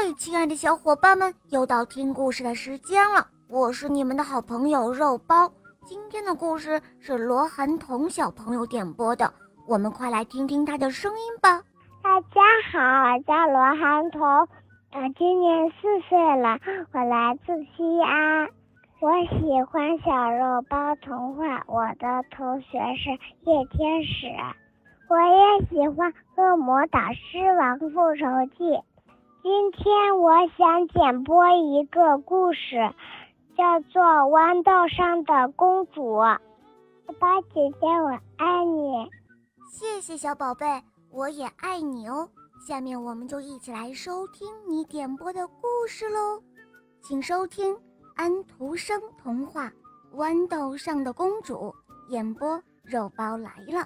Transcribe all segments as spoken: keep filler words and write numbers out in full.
嗨，亲爱的小伙伴们，又到听故事的时间了。我是你们的好朋友肉包。今天的故事是罗涵彤小朋友点播的，我们快来听听他的声音吧。 大家好，我叫罗涵彤，我今年四岁了，我来自西安。我喜欢小肉包童话，我的同学是叶天使。我也喜欢《恶魔岛狮王复仇记》。今天我想点播一个故事，叫做《豌豆上的公主》。包姐姐，我爱你。 谢谢小宝贝，我也爱你哦。下面我们就一起来收听你点播的故事喽，请收听安徒生童话《豌豆上的公主》，演播肉包来了。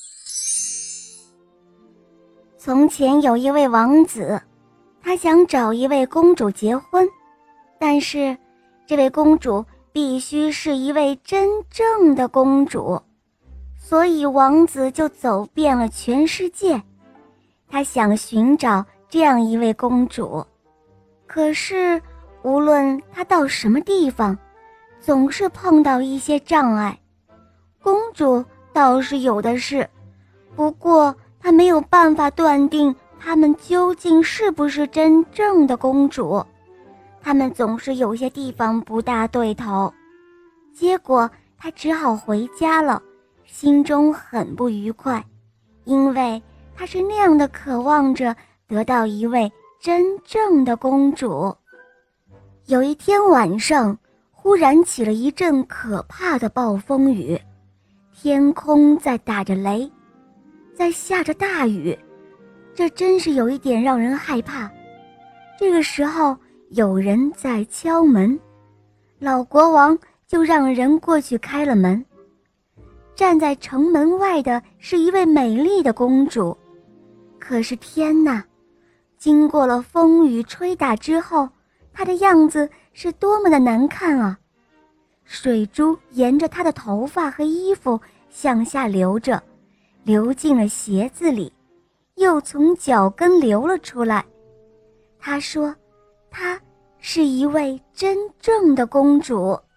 从前有一位王子，他想找一位公主结婚，但是这位公主必须是一位真正的公主，所以王子就走遍了全世界，他想寻找这样一位公主。可是无论他到什么地方，总是碰到一些障碍。公主倒是有的是，不过他没有办法断定她们究竟是不是真正的公主，她们总是有些地方不大对头。结果他只好回家了，心中很不愉快，因为他是那样的渴望着得到一位真正的公主。有一天晚上，忽然起了一阵可怕的暴风雨，天空在打着雷，在下着大雨，这真是有一点让人害怕。这个时候有人在敲门，老国王就让人过去开了门。站在城门外的是一位美丽的公主，可是天哪，经过了风雨吹打之后，她的样子是多么的难看啊！水珠沿着她的头发和衣服向下流着，流进了鞋子里，又从脚跟流了出来。她说她是一位真正的公主。